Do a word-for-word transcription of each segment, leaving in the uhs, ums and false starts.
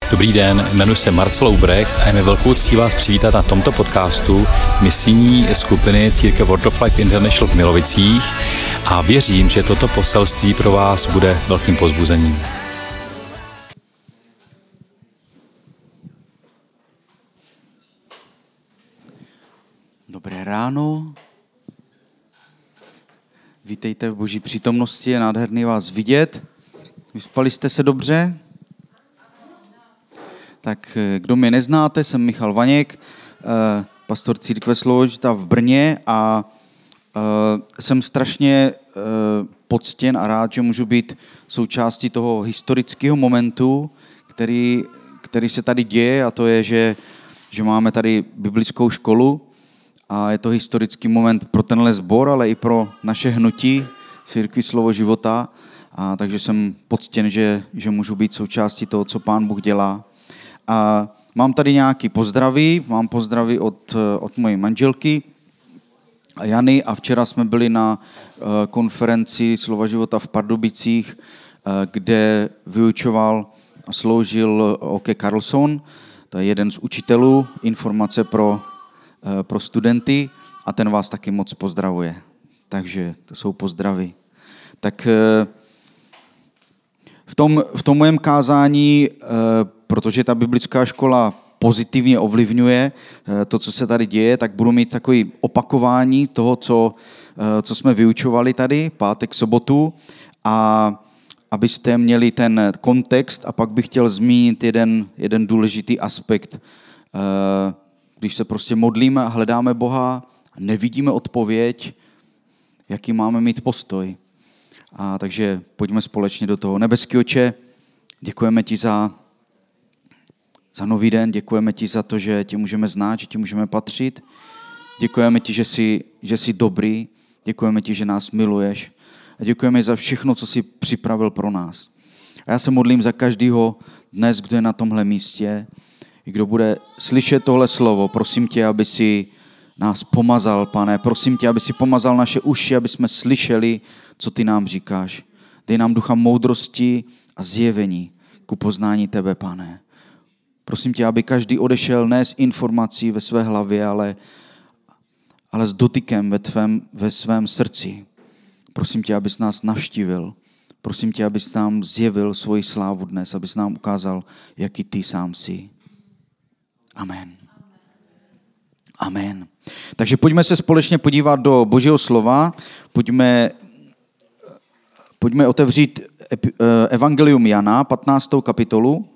Dobrý den, jmenuji se Marcel Ubrecht a je mi velkou ctí vás přivítat na tomto podcastu misijní skupiny Církev Word of Life International v Milovicích a věřím, že toto poselství pro vás bude velkým povzbuzením. Dobré ráno. Vítejte v Boží přítomnosti, je nádherný vás vidět. Vyspali jste se dobře? Tak kdo mě neznáte, jsem Michal Vaněk, pastor Církve Slovo života v Brně a jsem strašně poctěn a rád, že můžu být součástí toho historického momentu, který, který se tady děje, a to je, že, že máme tady biblickou školu a je to historický moment pro tenhle sbor, ale i pro naše hnutí Církvi Slovo života, a takže jsem poctěn, že, že můžu být součástí toho, co Pán Bůh dělá. A mám tady nějaký pozdravy, mám pozdravy od, od mojí manželky Jany a včera jsme byli na konferenci Slova života v Pardubicích, kde vyučoval a sloužil Åke Carlson, to je jeden z učitelů, informace pro, pro studenty, a ten vás taky moc pozdravuje. Takže to jsou pozdravy. Tak v tom, v tom mém kázání, protože ta biblická škola pozitivně ovlivňuje to, co se tady děje, tak budu mít takový opakování toho, co, co jsme vyučovali tady, pátek, sobotu, a abyste měli ten kontext, a pak bych chtěl zmínit jeden, jeden důležitý aspekt. Když se prostě modlíme a hledáme Boha a nevidíme odpověď, jaký máme mít postoj. A takže pojďme společně do toho. Nebeský Otče, děkujeme ti za, za nový den, děkujeme ti za to, že tě můžeme znát, že ti můžeme patřit. Děkujeme ti, že jsi, že jsi dobrý, děkujeme ti, že nás miluješ. A děkujeme za všechno, co jsi připravil pro nás. A já se modlím za každého dnes, kdo je na tomhle místě, i kdo bude slyšet tohle slovo. Prosím tě, aby si nás pomazal, Pane. Prosím tě, aby si pomazal naše uši, aby jsme slyšeli, co ty nám říkáš. Dej nám ducha moudrosti a zjevení ku poznání tebe, Pane. Prosím tě, aby každý odešel ne s informací ve své hlavě, ale, ale s dotykem ve, tvém, ve svém srdci. Prosím tě, abys nás navštívil. Prosím tě, abys nám zjevil svoji slávu dnes, abys nám ukázal, jaký ty sám jsi. Amen. Amen. Takže pojďme se společně podívat do Božího slova. Pojďme, pojďme otevřít Evangelium Jana, patnáctou kapitolu.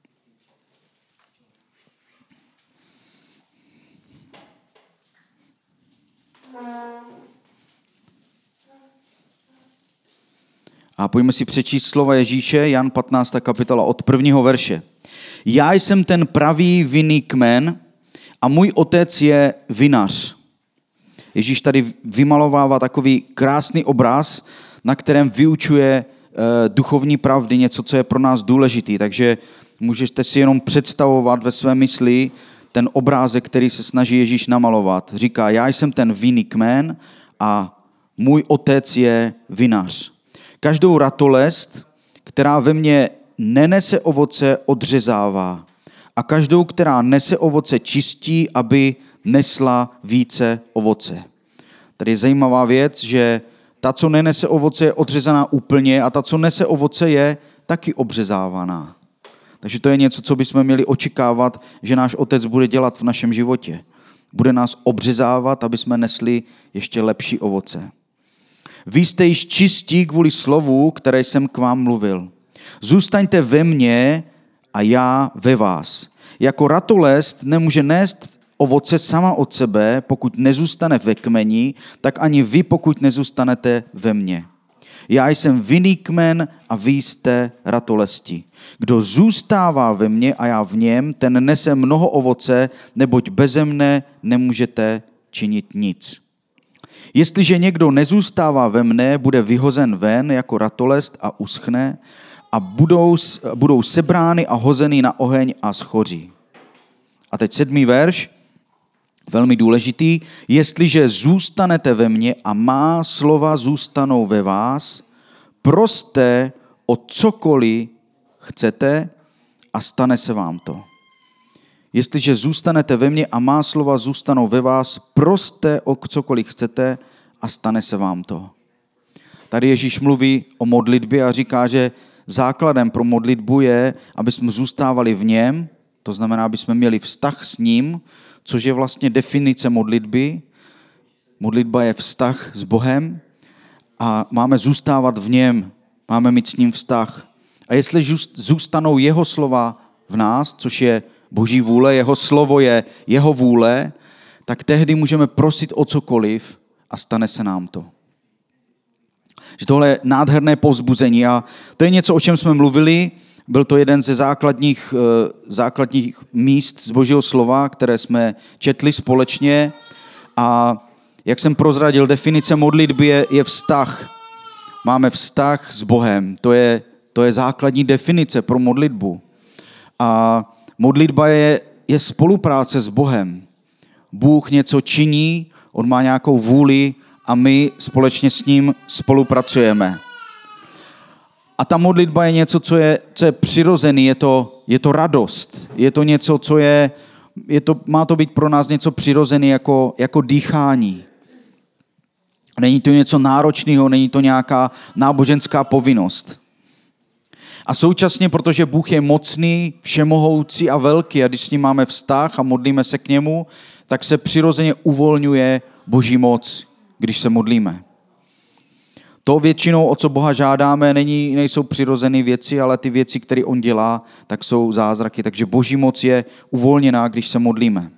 A pojďme si přečíst slova Ježíše, Jan patnáctá kapitola od prvního verše. Já jsem ten pravý vinný kmen a můj otec je vinař. Ježíš tady vymalovává takový krásný obraz, na kterém vyučuje duchovní pravdy, něco, co je pro nás důležitý. Takže můžete si jenom představovat ve své mysli ten obrázek, který se snaží Ježíš namalovat. Říká, já jsem ten vinný kmen a můj otec je vinař. Každou ratolest, která ve mně nenese ovoce, odřezává. A každou, která nese ovoce, čistí, aby nesla více ovoce. Tady je zajímavá věc, že ta, co nenese ovoce, je odřezaná úplně a ta, co nese ovoce, je taky obřezávaná. Takže to je něco, co bychom měli očekávat, že náš otec bude dělat v našem životě. Bude nás obřezávat, aby jsme nesli ještě lepší ovoce. Vy jste již čistí kvůli slovu, které jsem k vám mluvil. Zůstaňte ve mně a já ve vás. Jako ratolest nemůže nést ovoce sama od sebe, pokud nezůstane ve kmeni, tak ani vy, pokud nezůstanete ve mně. Já jsem vinný kmen a vy jste ratolesti. Kdo zůstává ve mně a já v něm, ten nese mnoho ovoce, neboť beze mne nemůžete činit nic. Jestliže někdo nezůstává ve mne, bude vyhozen ven jako ratolest a uschne a budou, budou sebrány a hozeny na oheň a schoří. A teď sedmý verš, velmi důležitý. Jestliže zůstanete ve mně a má slova zůstanou ve vás, proste o cokoliv chcete a stane se vám to. Jestliže zůstanete ve mně a má slova zůstanou ve vás, proste o cokoliv chcete a stane se vám to. Tady Ježíš mluví o modlitbě a říká, že základem pro modlitbu je, aby jsme zůstávali v něm, to znamená, aby jsme měli vztah s ním, což je vlastně definice modlitby. Modlitba je vztah s Bohem a máme zůstávat v něm, máme mít s ním vztah. A jestli zůstanou jeho slova v nás, což je Boží vůle, jeho slovo je jeho vůle, tak tehdy můžeme prosit o cokoliv a stane se nám to. Že tohle je nádherné povzbuzení a to je něco, o čem jsme mluvili. Byl to jeden ze základních, základních míst z Božího slova, které jsme četli společně a jak jsem prozradil, definice modlitby je, je vztah. Máme vztah s Bohem, to je, to je základní definice pro modlitbu. A modlitba je, je spolupráce s Bohem. Bůh něco činí, on má nějakou vůli a my společně s ním spolupracujeme. A ta modlitba je něco, co je, co je přirozený, je to, je to radost. Je to něco, co je, je to, má to být pro nás něco přirozený jako, jako dýchání. Není to něco náročného, není to nějaká náboženská povinnost. A současně, protože Bůh je mocný, všemohoucí a velký a když s ním máme vztah a modlíme se k němu, tak se přirozeně uvolňuje Boží moc, když se modlíme. To většinou, o co Boha žádáme, není, nejsou přirozené věci, ale ty věci, které on dělá, tak jsou zázraky. Takže Boží moc je uvolněná, když se modlíme.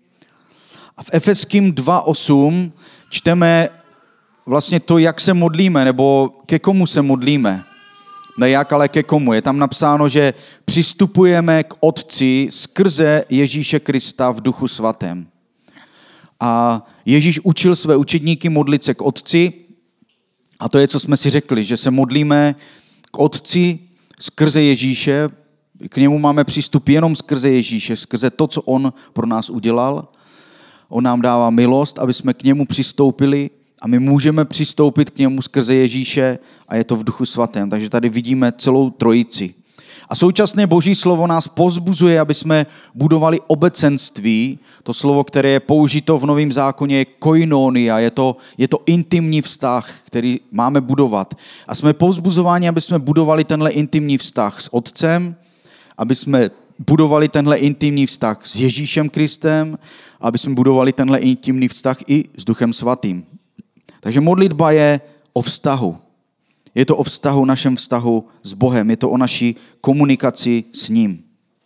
A v Efeským dva osm čteme vlastně to, jak se modlíme, nebo ke komu se modlíme. Ne jak, ale ke komu. Je tam napsáno, že přistupujeme k Otci skrze Ježíše Krista v Duchu svatém. A Ježíš učil své učedníky modlit se k Otci, a to je, co jsme si řekli, že se modlíme k Otci skrze Ježíše, k němu máme přístup jenom skrze Ježíše, skrze to, co on pro nás udělal. On nám dává milost, aby jsme k němu přistoupili a my můžeme přistoupit k němu skrze Ježíše a je to v Duchu svatém. Takže tady vidíme celou trojici. A současně Boží slovo nás povzbuzuje, aby jsme budovali obecenství. To slovo, které je použito v Novém zákoně, je koinonia, je to, je to intimní vztah, který máme budovat. A jsme povzbuzováni, aby jsme budovali tenhle intimní vztah s Otcem, aby jsme budovali tenhle intimní vztah s Ježíšem Kristem, aby jsme budovali tenhle intimní vztah i s Duchem svatým. Takže modlitba je o vztahu. Je to o vztahu, našem vztahu s Bohem. Je to o naší komunikaci s ním.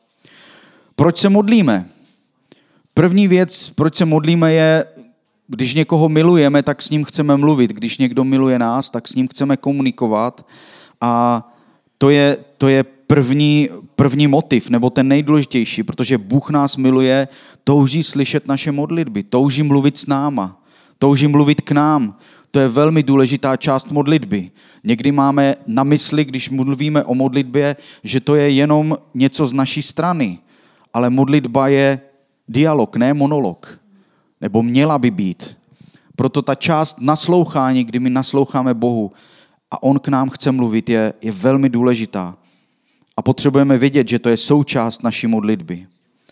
Proč se modlíme? První věc, proč se modlíme, je, když někoho milujeme, tak s ním chceme mluvit. Když někdo miluje nás, tak s ním chceme komunikovat. A to je, to je první, první motiv, nebo ten nejdůležitější, protože Bůh nás miluje, touží slyšet naše modlitby, touží mluvit s náma, touží mluvit k nám. To je velmi důležitá část modlitby. Někdy máme na mysli, když mluvíme o modlitbě, že to je jenom něco z naší strany. Ale modlitba je dialog, ne monolog. Nebo měla by být. Proto ta část naslouchání, kdy my nasloucháme Bohu a on k nám chce mluvit, je, je velmi důležitá. A potřebujeme vědět, že to je součást naší modlitby.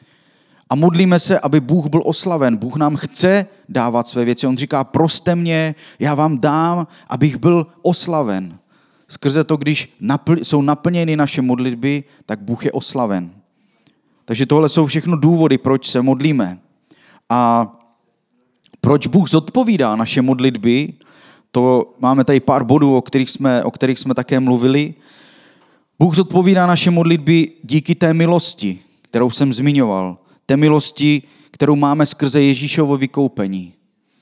A modlíme se, aby Bůh byl oslaven. Bůh nám chce dávat své věci. On říká, proste mě, já vám dám, abych byl oslaven. Skrze to, když napl- jsou naplněny naše modlitby, tak Bůh je oslaven. Takže tohle jsou všechno důvody, proč se modlíme. A proč Bůh zodpovídá naše modlitby, to máme tady pár bodů, o kterých jsme, o kterých jsme také mluvili. Bůh zodpovídá naše modlitby díky té milosti, kterou jsem zmiňoval. Té milosti, kterou máme skrze Ježíšovo vykoupení.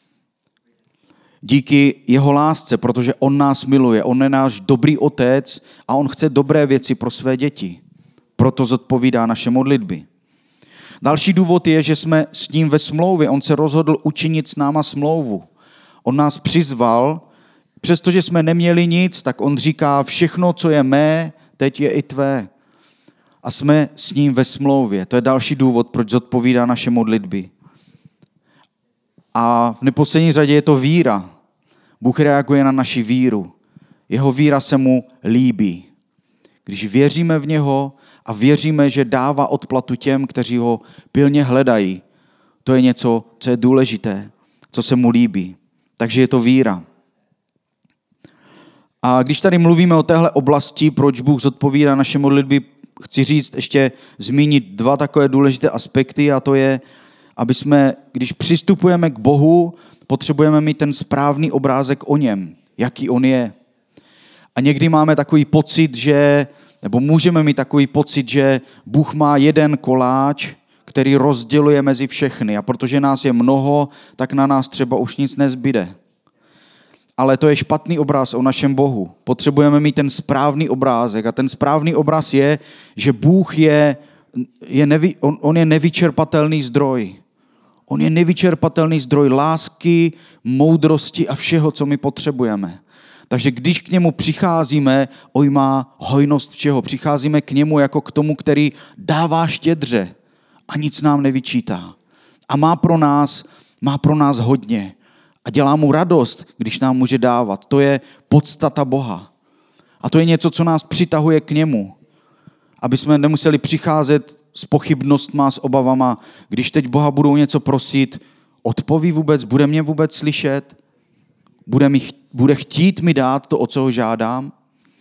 Díky jeho lásce, protože on nás miluje, on je náš dobrý otec a on chce dobré věci pro své děti. Proto zodpovídá naše modlitby. Další důvod je, že jsme s ním ve smlouvě. On se rozhodl učinit s náma smlouvu. On nás přizval, přestože jsme neměli nic, tak on říká, všechno, co je mé, teď je i tvé. A jsme s ním ve smlouvě. To je další důvod, proč zodpovídá naše modlitby. A v neposlední řadě je to víra. Bůh reaguje na naši víru. Jeho víra se mu líbí. Když věříme v něho a věříme, že dává odplatu těm, kteří ho pilně hledají. To je něco, co je důležité, co se mu líbí. Takže je to víra. A když tady mluvíme o téhle oblasti, proč Bůh zodpovídá naše modlitby, chci říct ještě zmínit dva takové důležité aspekty, a to je, aby jsme, když přistupujeme k Bohu, potřebujeme mít ten správný obrázek o něm, jaký on je. A někdy máme takový pocit, že, nebo můžeme mít takový pocit, že Bůh má jeden koláč, který rozděluje mezi všechny. A protože nás je mnoho, tak na nás třeba už nic nezbyde. Ale to je špatný obraz o našem Bohu. Potřebujeme mít ten správný obrázek. A ten správný obraz je, že Bůh je, je nevy, on, on je nevyčerpatelný zdroj. On je nevyčerpatelný zdroj lásky, moudrosti a všeho, co my potřebujeme. Takže když k němu přicházíme, on má hojnost všeho. Přicházíme k němu jako k tomu, který dává štědře a nic nám nevyčítá. A má pro nás, má pro nás hodně. A dělá mu radost, když nám může dávat. To je podstata Boha. A to je něco, co nás přitahuje k němu. Aby jsme nemuseli přicházet s pochybnostma, s obavama. Když teď Boha budou něco prosit, odpoví vůbec, bude mě vůbec slyšet? Bude, mi, bude chtít mi dát to, o co ho žádám?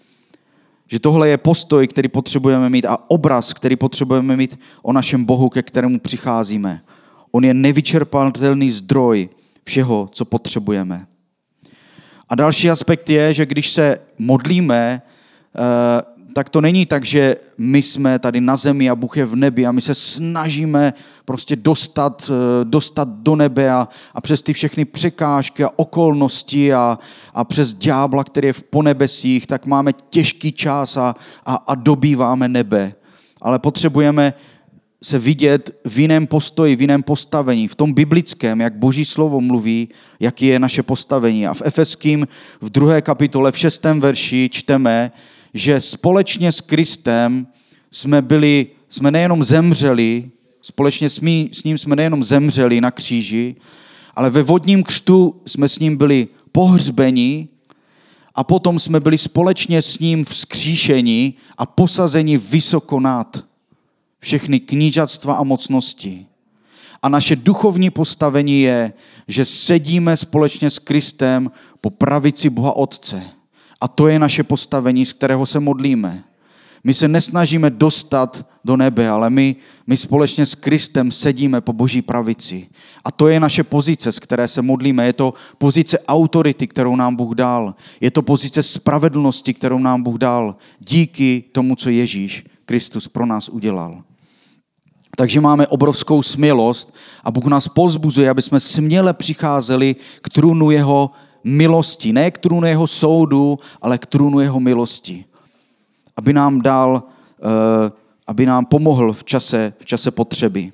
Že tohle je postoj, který potřebujeme mít a obraz, který potřebujeme mít o našem Bohu, ke kterému přicházíme. On je nevyčerpatelný zdroj všeho, co potřebujeme. A další aspekt je, že když se modlíme, tak to není tak, že my jsme tady na zemi a Bůh je v nebi a my se snažíme prostě dostat, dostat do nebe a, a přes ty všechny překážky a okolnosti a, a přes ďábla, který je v ponebesích, tak máme těžký čas a, a, a dobýváme nebe. Ale potřebujeme se vidět v jiném postoji, v jiném postavení, v tom biblickém, jak Boží slovo mluví, jaký je naše postavení. A v Efeským v druhé kapitole, v šestém verši čteme, že společně s Kristem jsme byli, jsme nejenom zemřeli, společně s, mý, s ním jsme nejenom zemřeli na kříži, ale ve vodním křtu jsme s ním byli pohřbeni a potom jsme byli společně s ním vzkříšeni a posazeni vysoko nad všechny knížatstva a mocnosti. A naše duchovní postavení je, že sedíme společně s Kristem po pravici Boha Otce. A to je naše postavení, z kterého se modlíme. My se nesnažíme dostat do nebe, ale my, my společně s Kristem sedíme po Boží pravici. A to je naše pozice, z které se modlíme. Je to pozice autority, kterou nám Bůh dal. Je to pozice spravedlnosti, kterou nám Bůh dal. Díky tomu, co Ježíš Kristus pro nás udělal. Takže máme obrovskou smělost a Bůh nás povzbuzuje, aby jsme směle přicházeli k trůnu jeho milosti. Ne k trůnu jeho soudu, ale k trůnu jeho milosti. Aby nám dal, aby nám pomohl v čase, v čase potřeby.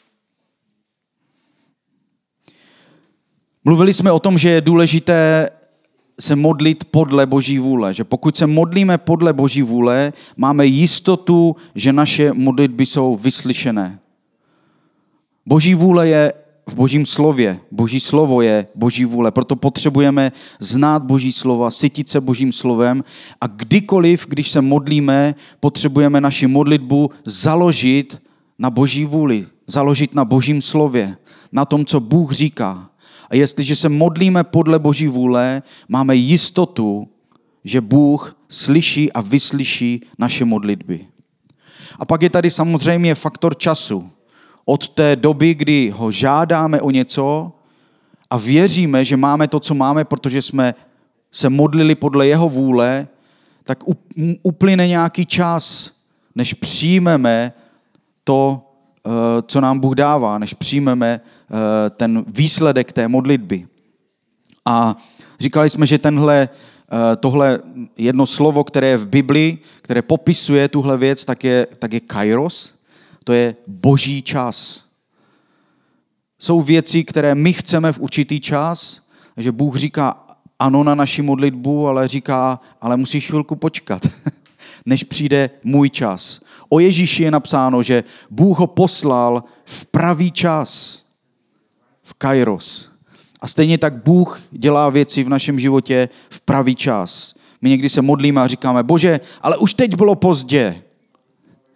Mluvili jsme o tom, že je důležité se modlit podle Boží vůle. Že pokud se modlíme podle Boží vůle, máme jistotu, že naše modlitby jsou vyslyšené. Boží vůle je v Božím slově. Boží slovo je Boží vůle. Proto potřebujeme znát Boží slova, sytit se Božím slovem a kdykoliv, když se modlíme, potřebujeme naši modlitbu založit na Boží vůli, založit na Božím slově, na tom, co Bůh říká. A jestliže se modlíme podle Boží vůle, máme jistotu, že Bůh slyší a vyslyší naše modlitby. A pak je tady samozřejmě faktor času. Od té doby, kdy ho žádáme o něco a věříme, že máme to, co máme, protože jsme se modlili podle jeho vůle, tak uplyne nějaký čas, než přijmeme to, co nám Bůh dává, než přijmeme ten výsledek té modlitby. A říkali jsme, že tenhle, tohle jedno slovo, které je v Biblii, které popisuje tuhle věc, tak je, tak je kairos, to je boží čas. Jsou věci, které my chceme v určitý čas, že Bůh říká ano na naši modlitbu, ale říká, ale musíš chvilku počkat, než přijde můj čas. O Ježíši je napsáno, že Bůh ho poslal v pravý čas, v kairos. A stejně tak Bůh dělá věci v našem životě v pravý čas. My někdy se modlíme a říkáme, Bože, ale už teď bylo pozdě.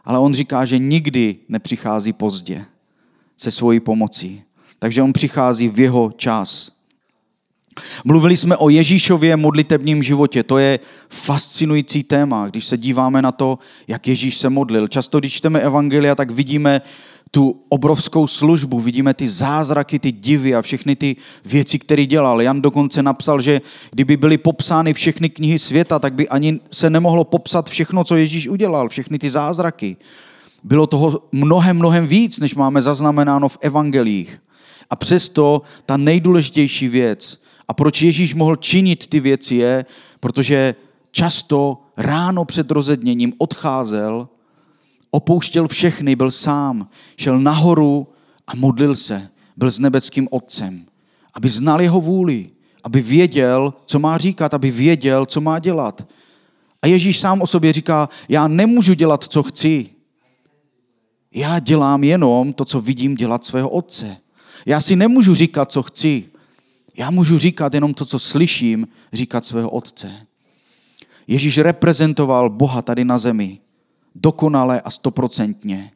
ale on říká, že nikdy nepřichází pozdě se svojí pomocí. Takže on přichází v jeho čas. Mluvili jsme o Ježíšově modlitebním životě. To je fascinující téma, když se díváme na to, jak Ježíš se modlil. Často, když čteme evangelia, tak vidíme tu obrovskou službu, vidíme ty zázraky, ty divy a všechny ty věci, které dělal. Jan dokonce napsal, že kdyby byly popsány všechny knihy světa, tak by ani se nemohlo popsat všechno, co Ježíš udělal, všechny ty zázraky. Bylo toho mnohem, mnohem víc, než máme zaznamenáno v evangelích. A přesto ta nejdůležitější věc, a proč Ježíš mohl činit ty věci je, protože často ráno před rozedněním odcházel, opouštěl všechny, byl sám, šel nahoru a modlil se, byl s nebeským Otcem, aby znal jeho vůli, aby věděl, co má říkat, aby věděl, co má dělat. A Ježíš sám o sobě říká, já nemůžu dělat, co chci. Já dělám jenom to, co vidím dělat svého Otce. Já si nemůžu říkat, co chci. Já můžu říkat jenom to, co slyším, říkat svého Otce. Ježíš reprezentoval Boha tady na zemi. Dokonale a stoprocentně.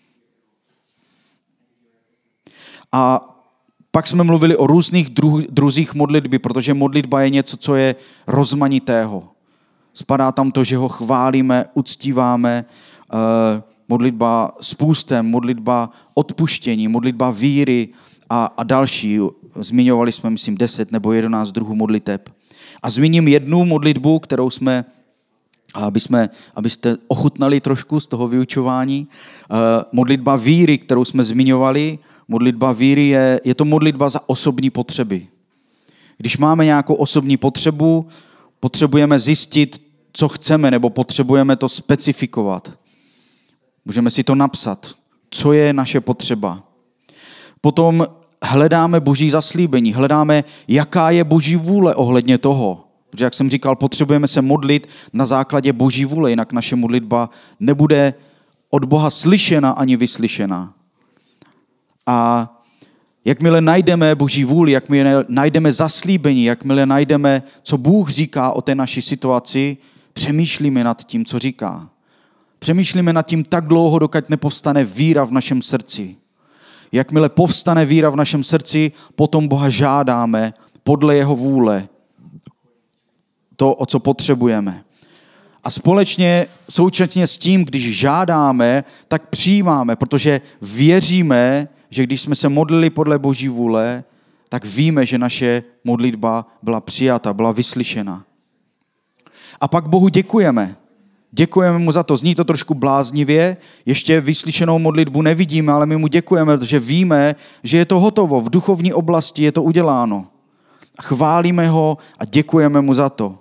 A pak jsme mluvili o různých dru, druzích modlitby, protože modlitba je něco, co je rozmanitého. Spadá tam to, že ho chválíme, uctíváme, eh, modlitba s půstem, modlitba odpuštění, modlitba víry a, a další. Zmiňovali jsme, myslím, deset nebo jedenáct druhů modliteb. A zmíním jednu modlitbu, kterou jsme, aby jsme, abyste ochutnali trošku z toho vyučování. Modlitba víry, kterou jsme zmiňovali. Modlitba víry je, je to modlitba za osobní potřeby. Když máme nějakou osobní potřebu, potřebujeme zjistit, co chceme, nebo potřebujeme to specifikovat. Můžeme si to napsat, co je naše potřeba. Potom hledáme Boží zaslíbení, hledáme, jaká je Boží vůle ohledně toho. Protože, jak jsem říkal, potřebujeme se modlit na základě Boží vůle, jinak naše modlitba nebude od Boha slyšena ani vyslyšena. A jakmile najdeme Boží vůli, jakmile najdeme zaslíbení, jakmile najdeme, co Bůh říká o té naší situaci, přemýšlíme nad tím, co říká. Přemýšlíme nad tím tak dlouho, dokud nepovstane víra v našem srdci. Jakmile povstane víra v našem srdci, potom Boha žádáme podle jeho vůle to, o co potřebujeme. A společně, současně s tím, když žádáme, tak přijímáme, protože věříme, že když jsme se modlili podle Boží vůle, tak víme, že naše modlitba byla přijata, byla vyslyšena. A pak Bohu děkujeme. Děkujeme mu za to. Zní to trošku bláznivě, ještě vyslyšenou modlitbu nevidíme, ale my mu děkujeme, protože víme, že je to hotovo. V duchovní oblasti je to uděláno. Chválíme ho a děkujeme mu za to.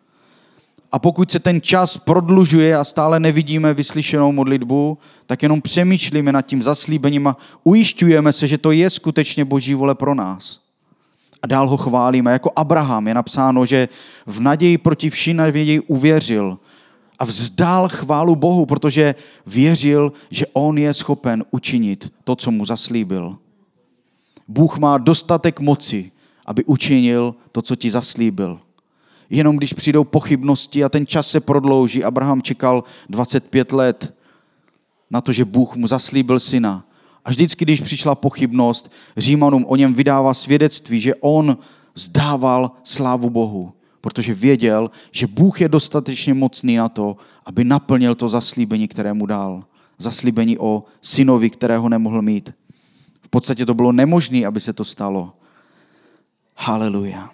A pokud se ten čas prodlužuje a stále nevidíme vyslyšenou modlitbu, tak jenom přemýšlíme nad tím zaslíbením a ujišťujeme se, že to je skutečně Boží vůle pro nás. A dál ho chválíme. Jako Abraham je napsáno, že v naději proti vší naději uvěřil a vzdal chválu Bohu, protože věřil, že on je schopen učinit to, co mu zaslíbil. Bůh má dostatek moci, aby učinil to, co ti zaslíbil. Jenom když přijdou pochybnosti a ten čas se prodlouží, Abraham čekal dvacet pět let na to, že Bůh mu zaslíbil syna. A vždycky, když přišla pochybnost, Římanům o něm vydává svědectví, že on vzdával slávu Bohu, protože věděl, že Bůh je dostatečně mocný na to, aby naplnil to zaslíbení, které mu dal. Zaslíbení o synovi, kterého nemohl mít. V podstatě to bylo nemožné, aby se to stalo. Haleluja.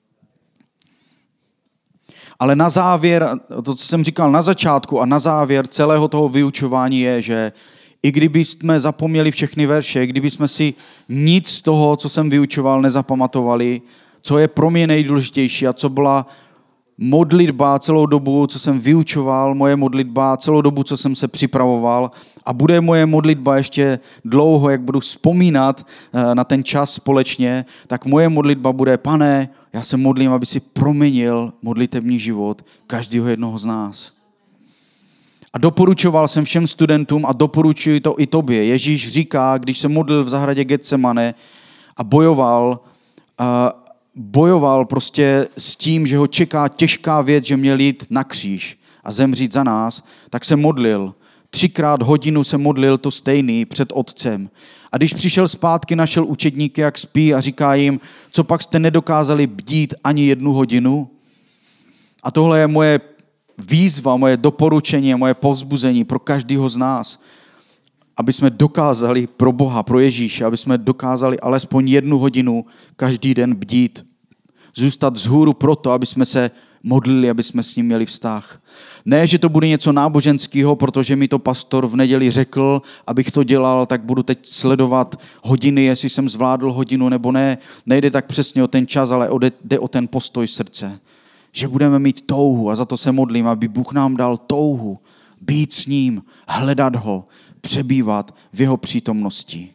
Ale na závěr, to, co jsem říkal na začátku a na závěr celého toho vyučování je, že i kdyby jsme zapomněli všechny verše, kdyby jsme si nic z toho, co jsem vyučoval, nezapamatovali, co je pro mě nejdůležitější a co byla modlitba celou dobu, co jsem vyučoval, moje modlitba celou dobu, co jsem se připravoval a bude moje modlitba ještě dlouho, jak budu vzpomínat na ten čas společně, tak moje modlitba bude, Pane, já se modlím, aby si proměnil modlitební život každého jednoho z nás. A doporučoval jsem všem studentům a doporučuji to i tobě. Ježíš říká, když se modlil v zahradě Getsemane a bojoval, a bojoval prostě s tím, že ho čeká těžká věc, že měl jít na kříž a zemřít za nás, tak se modlil. třikrát hodinu se modlil to stejný před otcem. A když přišel zpátky, našel učedníky, jak spí a říká jim, co pak jste nedokázali bdít ani jednu hodinu? A tohle je moje výzva, moje doporučení, moje povzbuzení pro každého z nás, aby jsme dokázali pro Boha, pro Ježíše, aby jsme dokázali alespoň jednu hodinu každý den bdít. Zůstat vzhůru proto, aby jsme se modlili, aby jsme s ním měli vztah. Ne, že to bude něco náboženského, protože mi to pastor v neděli řekl, abych to dělal, tak budu teď sledovat hodiny, jestli jsem zvládl hodinu nebo ne. Nejde tak přesně o ten čas, ale jde o ten postoj srdce. Že budeme mít touhu a za to se modlím, aby Bůh nám dal touhu být s ním, hledat ho, přebývat v jeho přítomnosti.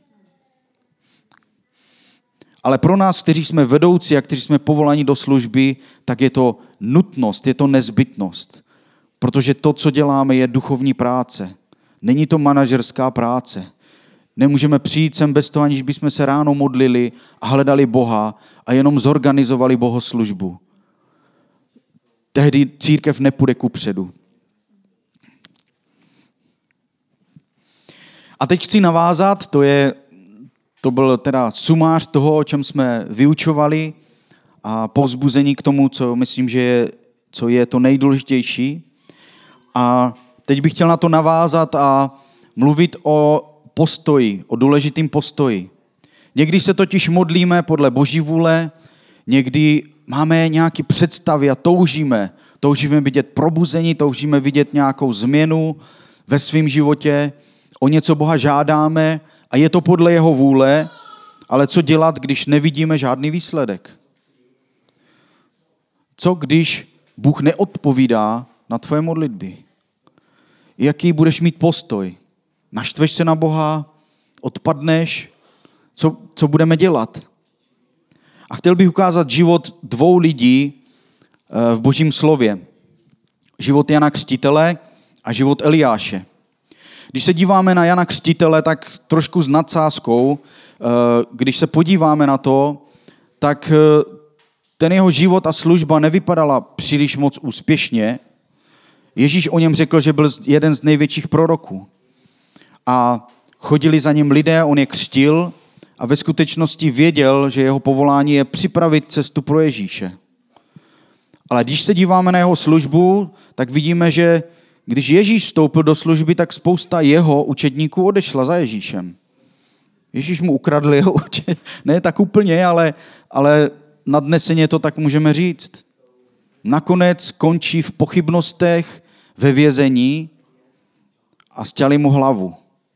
Ale pro nás, kteří jsme vedoucí a kteří jsme povoláni do služby, tak je to nutnost, je to nezbytnost. Protože to, co děláme, je duchovní práce. Není to manažerská práce. Nemůžeme přijít sem bez toho, aniž bychom se ráno modlili a hledali Boha a jenom zorganizovali bohoslužbu. Tehdy církev nepůjde kupředu. A teď chci navázat, to je To byl teda sumář toho, o čem jsme vyučovali a povzbuzení k tomu, co myslím, že je, co je to nejdůležitější. A teď bych chtěl na to navázat a mluvit o postoji, o důležitým postoji. Někdy se totiž modlíme podle Boží vůle, někdy máme nějaké představy a toužíme. Toužíme vidět probuzení, toužíme vidět nějakou změnu ve svém životě, o něco Boha žádáme, a je to podle jeho vůle, ale co dělat, když nevidíme žádný výsledek? Co když Bůh neodpovídá na tvoje modlitby? Jaký budeš mít postoj? Naštveš se na Boha? Odpadneš? Co, co budeme dělat? A chtěl bych ukázat život dvou lidí v Božím slově. Život Jana Křtitele a život Eliáše. Když se díváme na Jana Křtitele, tak trošku s nadsázkou, když se podíváme na to, tak ten jeho život a služba nevypadala příliš moc úspěšně. Ježíš o něm řekl, že byl jeden z největších proroků. A chodili za ním lidé, on je křtil a ve skutečnosti věděl, že jeho povolání je připravit cestu pro Ježíše. Ale když se díváme na jeho službu, tak vidíme, že když Ježíš vstoupil do služby, tak spousta jeho učedníků odešla za Ježíšem. Ježíš mu ukradl jeho učení. Ne tak úplně, ale, ale nadneseně to tak můžeme říct. Nakonec končí v pochybnostech, ve vězení a sťali mu hlavu.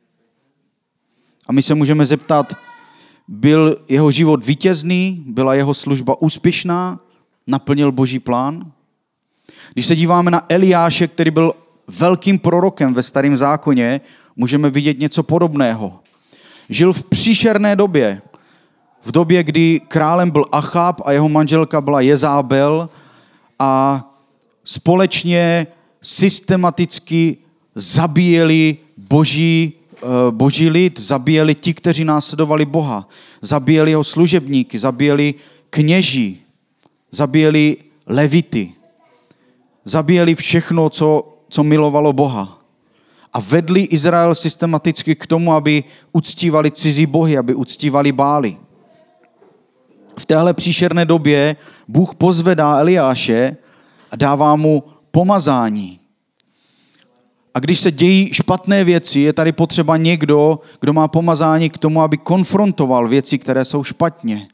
A my se můžeme zeptat, byl jeho život vítězný, byla jeho služba úspěšná, naplnil Boží plán? Když se díváme na Eliáše, který byl velkým prorokem ve Starém zákoně, můžeme vidět něco podobného. Žil v příšerné době. V době, kdy králem byl Achab a jeho manželka byla Jezábel a společně systematicky zabíjeli boží, boží lid, zabíjeli ti, kteří následovali Boha, zabíjeli jeho služebníky, zabíjeli kněží, zabíjeli levity, zabíjeli všechno, co co milovalo Boha. A vedli Izrael systematicky k tomu, aby uctívali cizí bohy, aby uctívali Bály. V téhle příšerné době Bůh pozvedá Eliáše a dává mu pomazání. A když se dějí špatné věci, je tady potřeba někdo, kdo má pomazání k tomu, aby konfrontoval věci, které jsou špatně.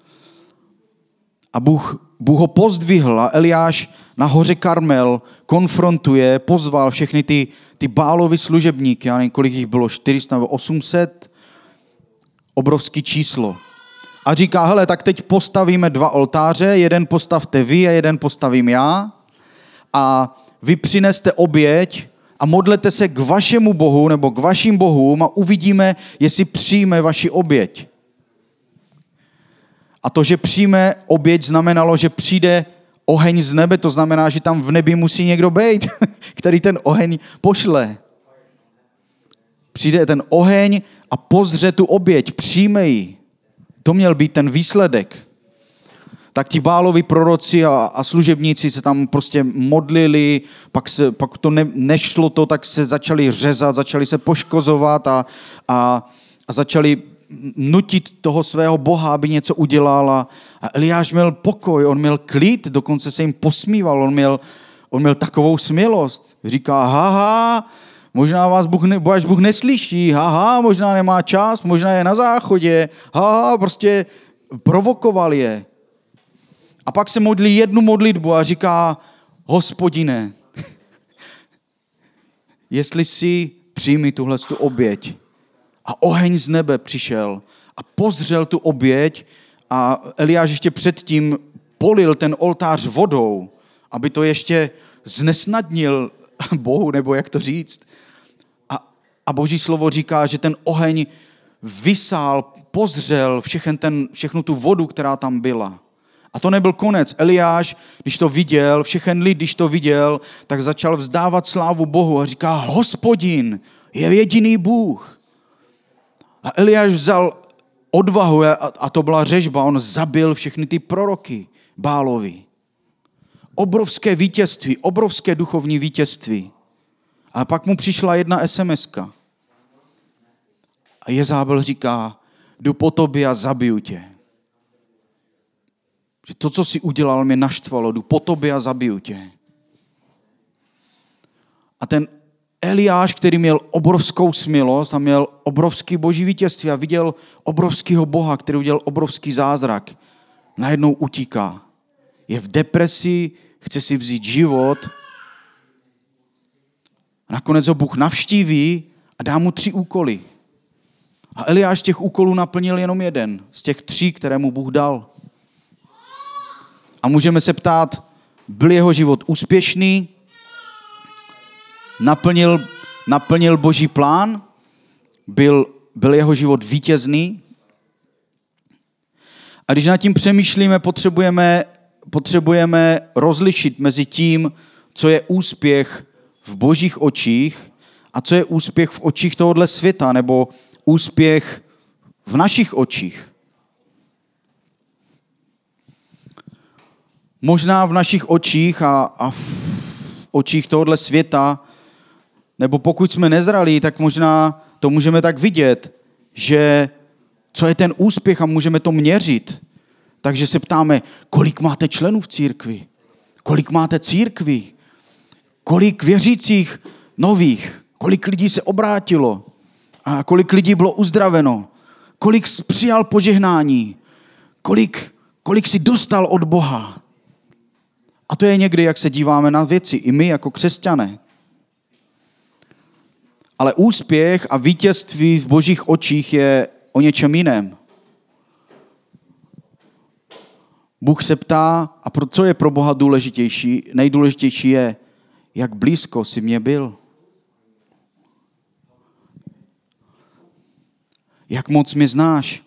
A Bůh, Bůh ho pozdvihl a Eliáš na hoře Karmel konfrontuje, pozval všechny ty, ty Bálovy služebníky, já nevím, kolik jich bylo, čtyři sta nebo osm set, obrovský číslo. A říká, hele, tak teď postavíme dva oltáře, jeden postavte vy a jeden postavím já a vy přineste oběť a modlete se k vašemu bohu nebo k vašim bohům a uvidíme, jestli přijme vaši oběť. A to, že přijme oběť, znamenalo, že přijde oheň z nebe, to znamená, že tam v nebi musí někdo být, který ten oheň pošle. Přijde ten oheň a pozře tu oběť, přijme ji. To měl být ten výsledek. tak ti Bálovi proroci a, a služebníci se tam prostě modlili, pak, se, pak to ne, nešlo to, tak se začali řezat, začali se poškozovat a, a, a začali nutit toho svého boha, aby něco udělal. A, a Eliáš měl pokoj, on měl klid, dokonce se jim posmíval, on měl, on měl takovou smělost. Říká, haha, možná vás Bůh, ne, až Bůh neslyší, haha, možná nemá čas, možná je na záchodě, haha, prostě provokoval je. A pak se modlí jednu modlitbu a říká, Hospodine, jestli si přijmi tuhle tu oběť. A oheň z nebe přišel a pozřel tu oběť a Eliáš ještě předtím polil ten oltář vodou, aby to ještě znesnadnil Bohu, nebo jak to říct. A, a Boží slovo říká, že ten oheň vysál, pozřel všechen ten, všechnu tu vodu, která tam byla. A to nebyl konec. Eliáš, když to viděl, všechen lid, když to viděl, tak začal vzdávat slávu Bohu a říká, Hospodin je jediný Bůh. A Eliáš vzal odvahu a to byla řežba, on zabil všechny ty proroky Bálovi. Obrovské vítězství, obrovské duchovní vítězství. A pak mu přišla jedna esemeska. A Jezábel říká, jdu po tobě a zabiju tě. Že to, co jsi udělal, mě naštvalo, jdu po tobě a zabiju tě. A ten Eliáš, který měl obrovskou smilost a měl obrovský boží vítězství a viděl obrovského Boha, který udělal obrovský zázrak, najednou utíká. Je v depresi, chce si vzít život. A nakonec ho Bůh navštíví a dá mu tři úkoly. A Eliáš z těch úkolů naplnil jenom jeden, z těch tří, které mu Bůh dal. A můžeme se ptát, byl jeho život úspěšný, naplnil, naplnil Boží plán, byl, byl jeho život vítězný. A když nad tím přemýšlíme, potřebujeme, potřebujeme rozlišit mezi tím, co je úspěch v Božích očích a co je úspěch v očích tohohle světa, nebo úspěch v našich očích. Možná v našich očích a, a v očích tohohle světa, nebo pokud jsme nezralí, tak možná to můžeme tak vidět, že co je ten úspěch a můžeme to měřit. Takže se ptáme, kolik máte členů v církvi? Kolik máte církví? Kolik věřících nových? Kolik lidí se obrátilo? A kolik lidí bylo uzdraveno? Kolik přijal požehnání? Kolik, kolik si dostal od Boha? A to je někdy, jak se díváme na věci, i my jako křesťané. Ale úspěch a vítězství v Božích očích je o něčem jiném. Bůh se ptá, a pro co je pro Boha důležitější? Nejdůležitější je, jak blízko jsi mě byl. Jak moc mě znáš.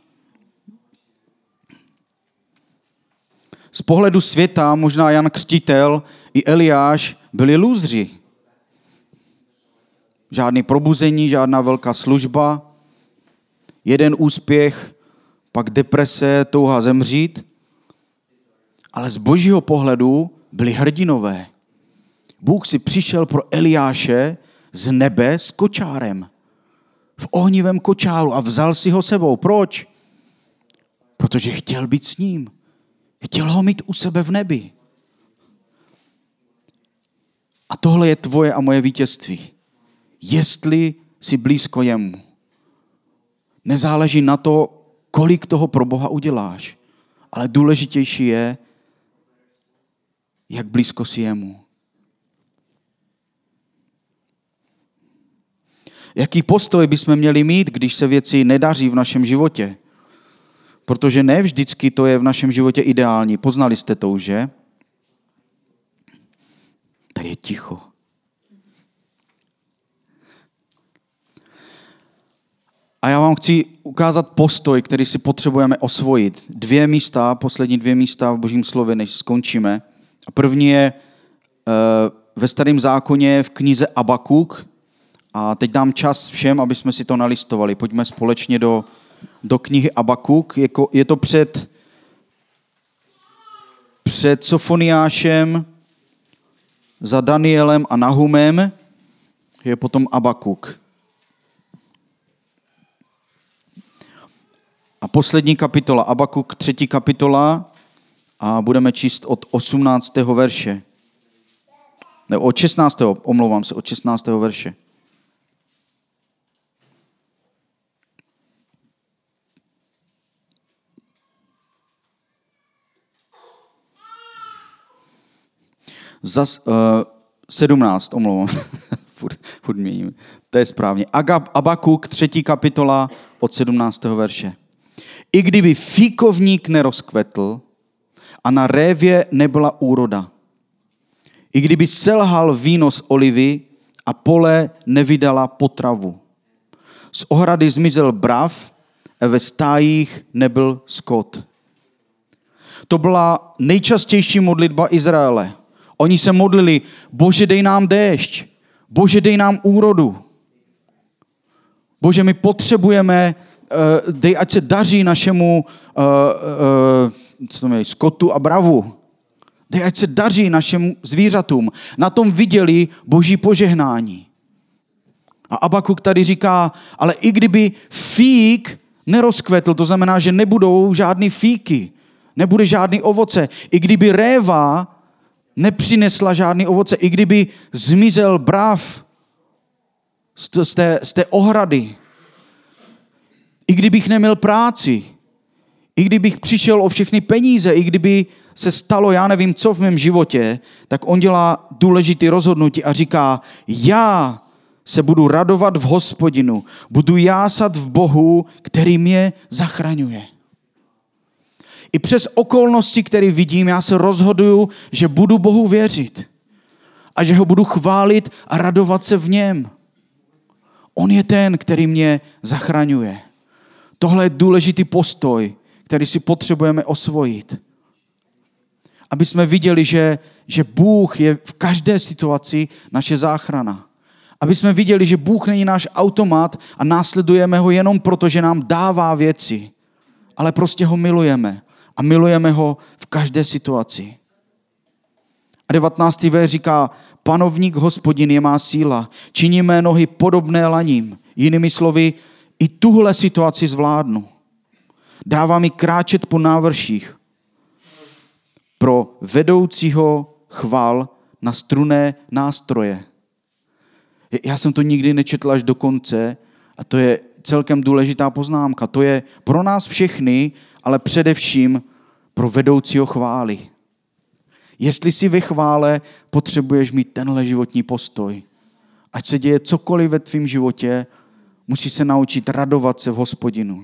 Z pohledu světa možná Jan Křtitel i Eliáš byli lůzři. Žádný probuzení, žádná velká služba, jeden úspěch, pak deprese, touha zemřít. Ale z Božího pohledu byli hrdinové. Bůh si přišel pro Eliáše z nebe s kočárem. V ohnivém kočáru a vzal si ho sebou. Proč? Protože chtěl být s ním. Chtěl ho mít u sebe v nebi. A tohle je tvoje a moje vítězství. Jestli jsi blízko jemu. Nezáleží na to, kolik toho pro Boha uděláš. Ale důležitější je, jak blízko jsi jemu. Jaký postoj bychom měli mít, když se věci nedaří v našem životě? Protože ne vždycky to je v našem životě ideální. Poznali jste to už, že? Tady je ticho. A já vám chci ukázat postoj, který si potřebujeme osvojit. Dvě místa, poslední dvě místa v Božím slově, než skončíme. A první je uh, ve Starém zákoně v knize Abakuk. A teď dám čas všem, aby jsme si to nalistovali. Pojďme společně do, do knihy Abakuk. Je, je to před před Sofoniášem, za Danielem a Nahumem je potom Abakuk. A poslední kapitola, Abakuk, třetí kapitola, a budeme číst od osmnáctého verše. Ne, od šestnáctého, omlouvám se, od šestnáctého verše. Zas, uh, sedmnáct, omlouvám. furt, furt měním. To je správně. Abakuk, třetí kapitola, od sedmnáctého verše. I kdyby fíkovník nerozkvetl a na révě nebyla úroda, i kdyby selhal víno z olivy a pole nevydala potravu. Z ohrady zmizel brav a ve stájích nebyl skot. To byla nejčastější modlitba Izraele. Oni se modlili, Bože, dej nám déšť, Bože, dej nám úrodu. Bože, my potřebujeme, uh, dej, ať se daří našemu uh, uh, co to je, skotu a bravu. Dej, ať se daří našim zvířatům. Na tom viděli Boží požehnání. A Abakuk tady říká, ale i kdyby fík nerozkvetl, to znamená, že nebudou žádný fíky, nebude žádný ovoce. I kdyby réva nepřinesla žádný ovoce, i kdyby zmizel brav z té, z té ohrady, i kdybych neměl práci, i kdybych přišel o všechny peníze, i kdyby se stalo, já nevím co v mém životě, tak on dělá důležitý rozhodnutí a říká, já se budu radovat v Hospodinu, budu jásat v Bohu, který mě zachraňuje. I přes okolnosti, které vidím, já se rozhoduju, že budu Bohu věřit a že ho budu chválit a radovat se v něm. On je ten, který mě zachraňuje. Tohle je důležitý postoj, který si potřebujeme osvojit. Aby jsme viděli, že, že Bůh je v každé situaci naše záchrana. Aby jsme viděli, že Bůh není náš automat a následujeme ho jenom proto, že nám dává věci, ale prostě ho milujeme. A milujeme ho v každé situaci. A devatenáctý verš říká, panovník Hospodin je má síla, činí mé nohy podobné laním. Jinými slovy, i tuhle situaci zvládnu. Dává mi kráčet po návrších. Pro vedoucího chval na strunné nástroje. Já jsem to nikdy nečetl až do konce a to je celkem důležitá poznámka. To je pro nás všechny, ale především pro vedoucího chvály. Jestli jsi ve chvále, potřebuješ mít tenhle životní postoj. Ať se děje cokoliv ve tvém životě, musíš se naučit radovat se v Hospodinu.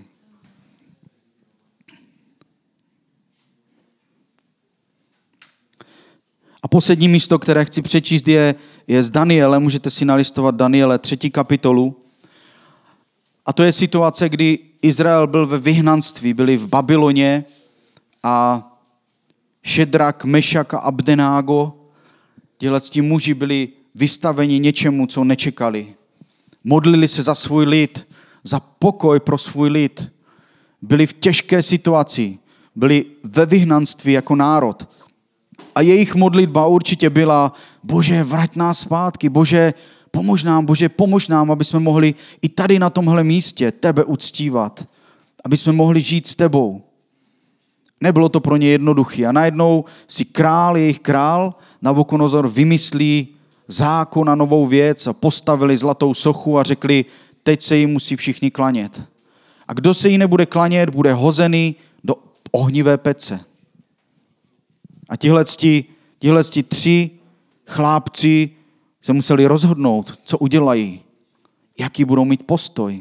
A poslední místo, které chci přečíst, je, je z Daniele. Můžete si nalistovat Daniele, třetí kapitolu. A to je situace, kdy Izrael byl ve vyhnanství, byli v Babyloně a Šedrak, Mešak a Abdenágo, těhleti muži byli vystaveni něčemu, co nečekali. Modlili se za svůj lid, za pokoj pro svůj lid. Byli v těžké situaci, byli ve vyhnanství jako národ. A jejich modlitba určitě byla, Bože, vrať nás zpátky, Bože, pomož nám, Bože, pomož nám, aby jsme mohli i tady na tomhle místě tebe uctívat, aby jsme mohli žít s tebou. Nebylo to pro ně jednoduché. A najednou si král, jejich král, Nabukodonozor vymyslí zákon a novou věc a postavili zlatou sochu a řekli, teď se jí musí všichni klanět. A kdo se jí nebude klanět, bude hozený do ohnivé pece. A tihleti, tihleti tři chlápci se museli rozhodnout, co udělají, jaký budou mít postoj.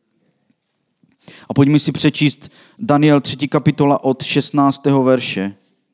A pojďme si přečíst Daniel třetí kapitola od šestnáctého verše.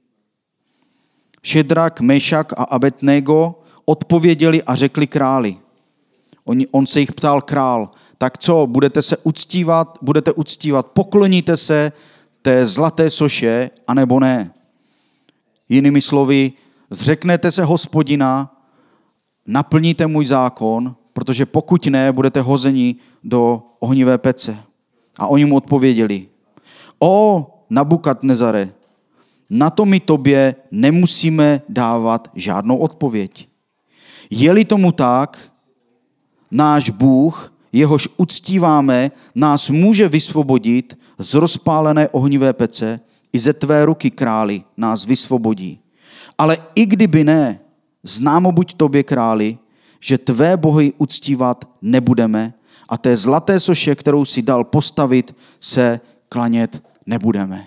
Šedrak, Mešak a Abednego odpověděli a řekli králi. On, on se jich ptal král, tak co, budete se uctívat, budete uctívat, pokloníte se té zlaté soše, anebo ne? Jinými slovy, zřeknete se Hospodina, naplníte můj zákon, protože pokud ne, budete hozeni do ohnivé pece. A oni mu odpověděli, o Nabukadnezare, na to my tobě nemusíme dávat žádnou odpověď. Je-li tomu tak, náš Bůh, jehož uctíváme, nás může vysvobodit z rozpálené ohnivé pece, i ze tvé ruky, králi, nás vysvobodí. Ale i kdyby ne, známo buď tobě, králi, že tvé bohy uctívat nebudeme a té zlaté soše, kterou si dal postavit, se klanět nebudeme.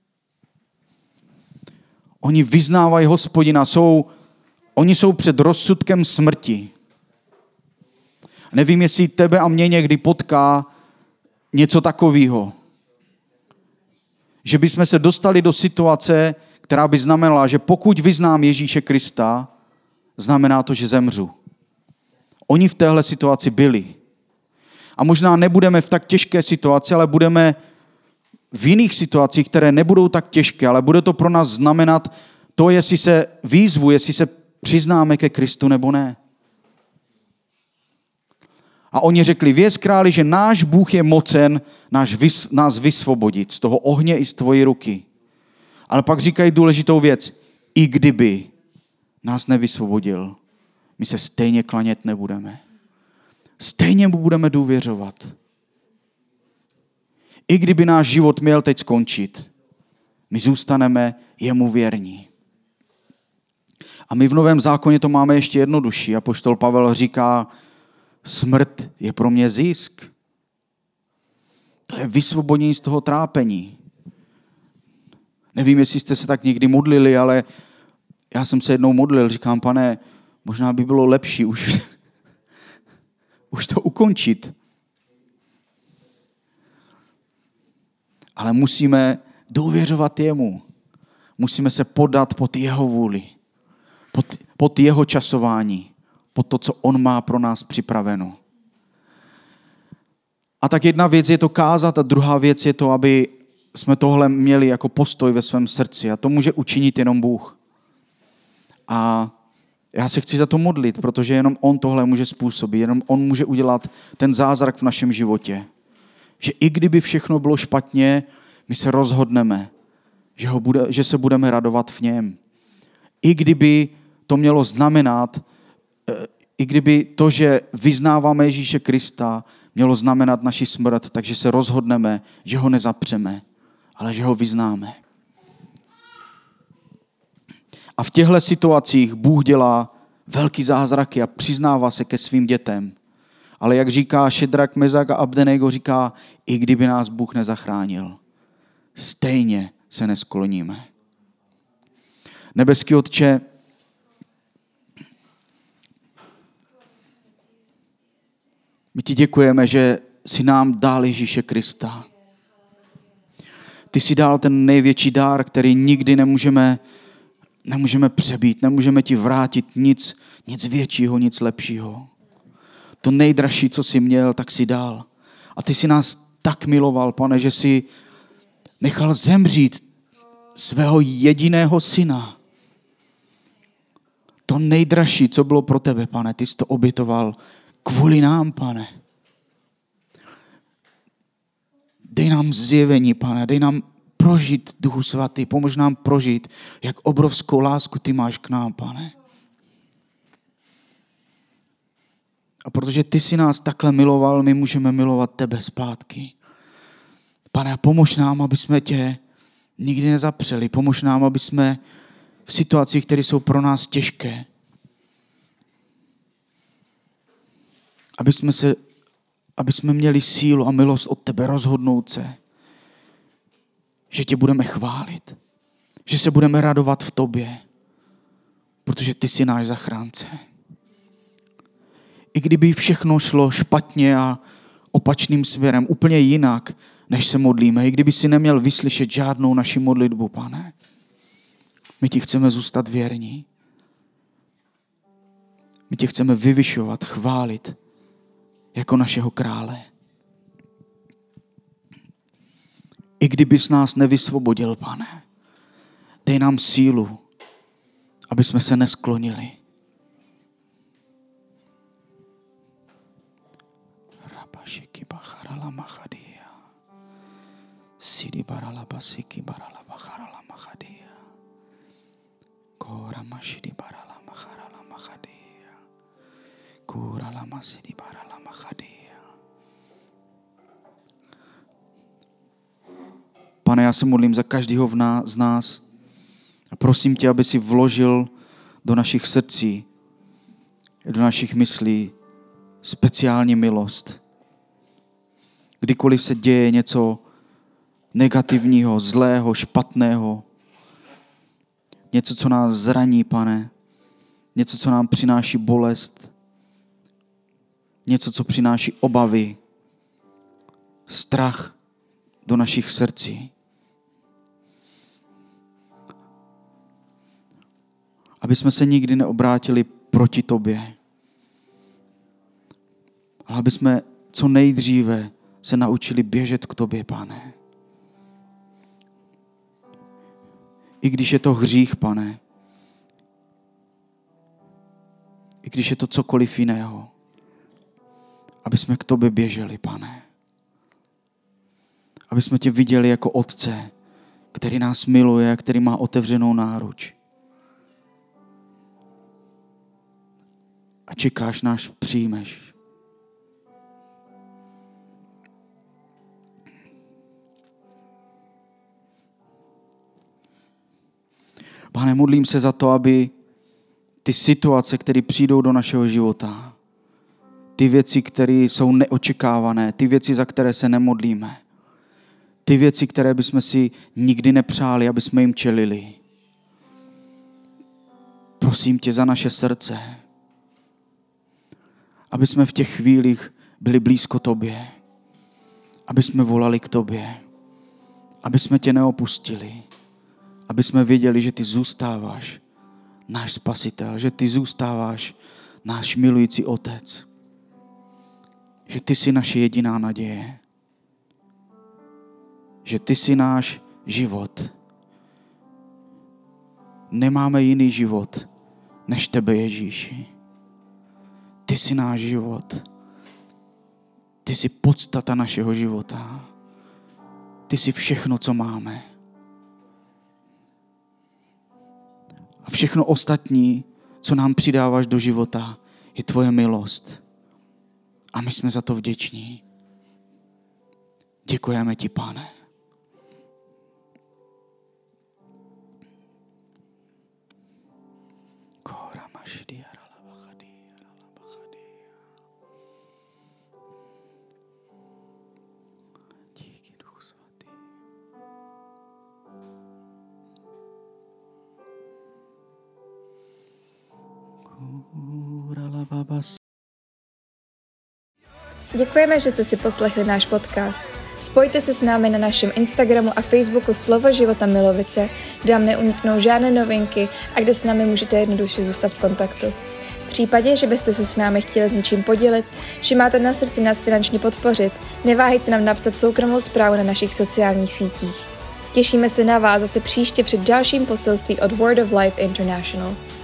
Oni vyznávají Hospodina, jsou, oni jsou před rozsudkem smrti. Nevím, jestli tebe a mě někdy potká něco takového. Že bychom se dostali do situace, která by znamenala, že pokud vyznám Ježíše Krista, znamená to, že zemřu. Oni v téhle situaci byli. A možná nebudeme v tak těžké situaci, ale budeme v jiných situacích, které nebudou tak těžké, ale bude to pro nás znamenat to, jestli se výzvu, jestli se přiznáme ke Kristu nebo ne. A oni řekli, věz králi, že náš Bůh je mocen náš vys, nás vysvobodit z toho ohně i z tvojí ruky. Ale pak říkají důležitou věc. I kdyby nás nevysvobodil, my se stejně klanět nebudeme. Stejně mu budeme důvěřovat. I kdyby náš život měl teď skončit, my zůstaneme jemu věrní. A my v Novém zákoně to máme ještě jednodušší. Apoštol Pavel říká, smrt je pro mě zisk. To je vysvobodění z toho trápení. Nevím, jestli jste se tak někdy modlili, ale já jsem se jednou modlil. Říkám, pane, možná by bylo lepší už, už to ukončit. Ale musíme důvěřovat jemu. Musíme se podat pod jeho vůli. Pod, pod jeho časování. Pod to, co on má pro nás připraveno. A tak jedna věc je to kázat a druhá věc je to, aby jsme tohle měli jako postoj ve svém srdci. A to může učinit jenom Bůh. A já se chci za to modlit, protože jenom on tohle může způsobit. Jenom on může udělat ten zázrak v našem životě. Že i kdyby všechno bylo špatně, my se rozhodneme, že, ho bude, že se budeme radovat v něm. I kdyby to mělo znamenat, i kdyby to, že vyznáváme Ježíše Krista, mělo znamenat naši smrt, takže se rozhodneme, že ho nezapřeme, ale že ho vyznáme. A v těchto situacích Bůh dělá velký zázraky a přiznává se ke svým dětem. Ale jak říká Šedrak, Mezak a Abdenego, říká, i kdyby nás Bůh nezachránil, stejně se neskloníme. Nebeský Otče, my ti děkujeme, že jsi nám dal Ježíše Krista. Ty jsi dal ten největší dár, který nikdy nemůžeme, nemůžeme přebít, nemůžeme ti vrátit nic, nic většího, nic lepšího. To nejdražší, co jsi měl, tak jsi dal. A ty jsi nás tak miloval, Pane, že jsi nechal zemřít svého jediného syna. To nejdražší, co bylo pro tebe, Pane, ty jsi to obětoval kvůli nám, Pane. Dej nám zjevení, Pane, dej nám prožít Duchu Svatý, pomož nám prožít, jak obrovskou lásku ty máš k nám, Pane. A protože ty jsi nás takhle miloval, my můžeme milovat tebe zpátky. Pane, pomož nám, aby jsme tě nikdy nezapřeli. Pomož nám, aby jsme v situacích, které jsou pro nás těžké, aby jsme, se, aby jsme měli sílu a milost od tebe rozhodnout se, že tě budeme chválit, že se budeme radovat v tobě, protože ty jsi náš zachránce. I kdyby všechno šlo špatně a opačným směrem, úplně jinak, než se modlíme, i kdyby si neměl vyslyšet žádnou naši modlitbu, Pane, my ti chceme zůstat věrní. My tě chceme vyvyšovat, chválit jako našeho krále. I kdybys nás nevysvobodil, Pane, dej nám sílu, aby jsme se nesklonili. Rabašiki bacharala machadia. Sidi barala basiki barala bacharala machadia. Kora mashidi barala macharala machadia. Kura la masidi barala machadia. Pane, já se modlím za každého v nás, z nás a prosím tě, aby si vložil do našich srdcí, do našich myslí speciální milost. Kdykoliv se děje něco negativního, zlého, špatného, něco, co nás zraní, Pane, něco, co nám přináší bolest, něco, co přináší obavy, strach do našich srdcí. Aby jsme se nikdy neobrátili proti tobě, ale aby jsme co nejdříve se naučili běžet k tobě, Pane. I když je to hřích, Pane. I když je to cokoliv jiného. Aby jsme k tobě běželi, Pane. Aby jsme tě viděli jako Otce, který nás miluje a který má otevřenou náruč. A čekáš, náš přijmeš. Pane, modlím se za to, aby ty situace, které přijdou do našeho života, ty věci, které jsou neočekávané, ty věci, za které se nemodlíme, ty věci, které bychom si nikdy nepřáli, aby jsme jim čelili. Prosím tě za naše srdce, aby jsme v těch chvílích byli blízko tobě, aby jsme volali k tobě, aby jsme tě neopustili, aby jsme věděli, že ty zůstáváš náš spasitel, že ty zůstáváš náš milující Otec, že ty jsi naše jediná naděje, že ty jsi náš život. Nemáme jiný život než tebe, Ježíši. Ty jsi náš život. Ty jsi podstata našeho života. Ty jsi všechno, co máme. A všechno ostatní, co nám přidáváš do života, je tvoje milost. A my jsme za to vděční. Děkujeme ti, Pane. Díky, Duchu Svatý. Děkujeme, že jste si poslechli náš podcast. Spojte se s námi na našem Instagramu a Facebooku Slovo života Milovice, kde vám neuniknou žádné novinky a kde s námi můžete jednoduše zůstat v kontaktu. V případě, že byste se s námi chtěli s něčím podělit, či máte na srdci nás finančně podpořit, neváhejte nám napsat soukromou zprávu na našich sociálních sítích. Těšíme se na vás zase příště při dalším poselství od Word of Life International.